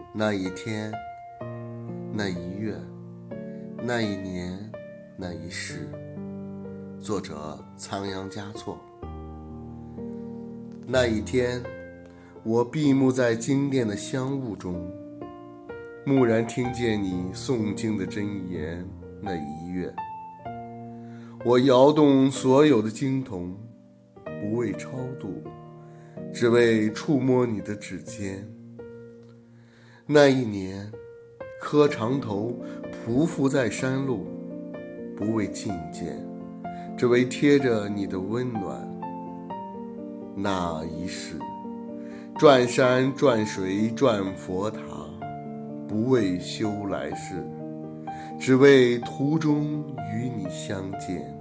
那一天，那一月，那一年，那一世。作者仓央嘉措。那一天，我闭目在经殿的香雾中，蓦然听见你诵经的真言。那一月，我摇动所有的经筒，不为超度，只为触摸你的指尖。那一年，磕长头匍匐在山路，不为觐见，只为贴着你的温暖。那一世，转山转水转佛塔，不为修来世，只为途中与你相见。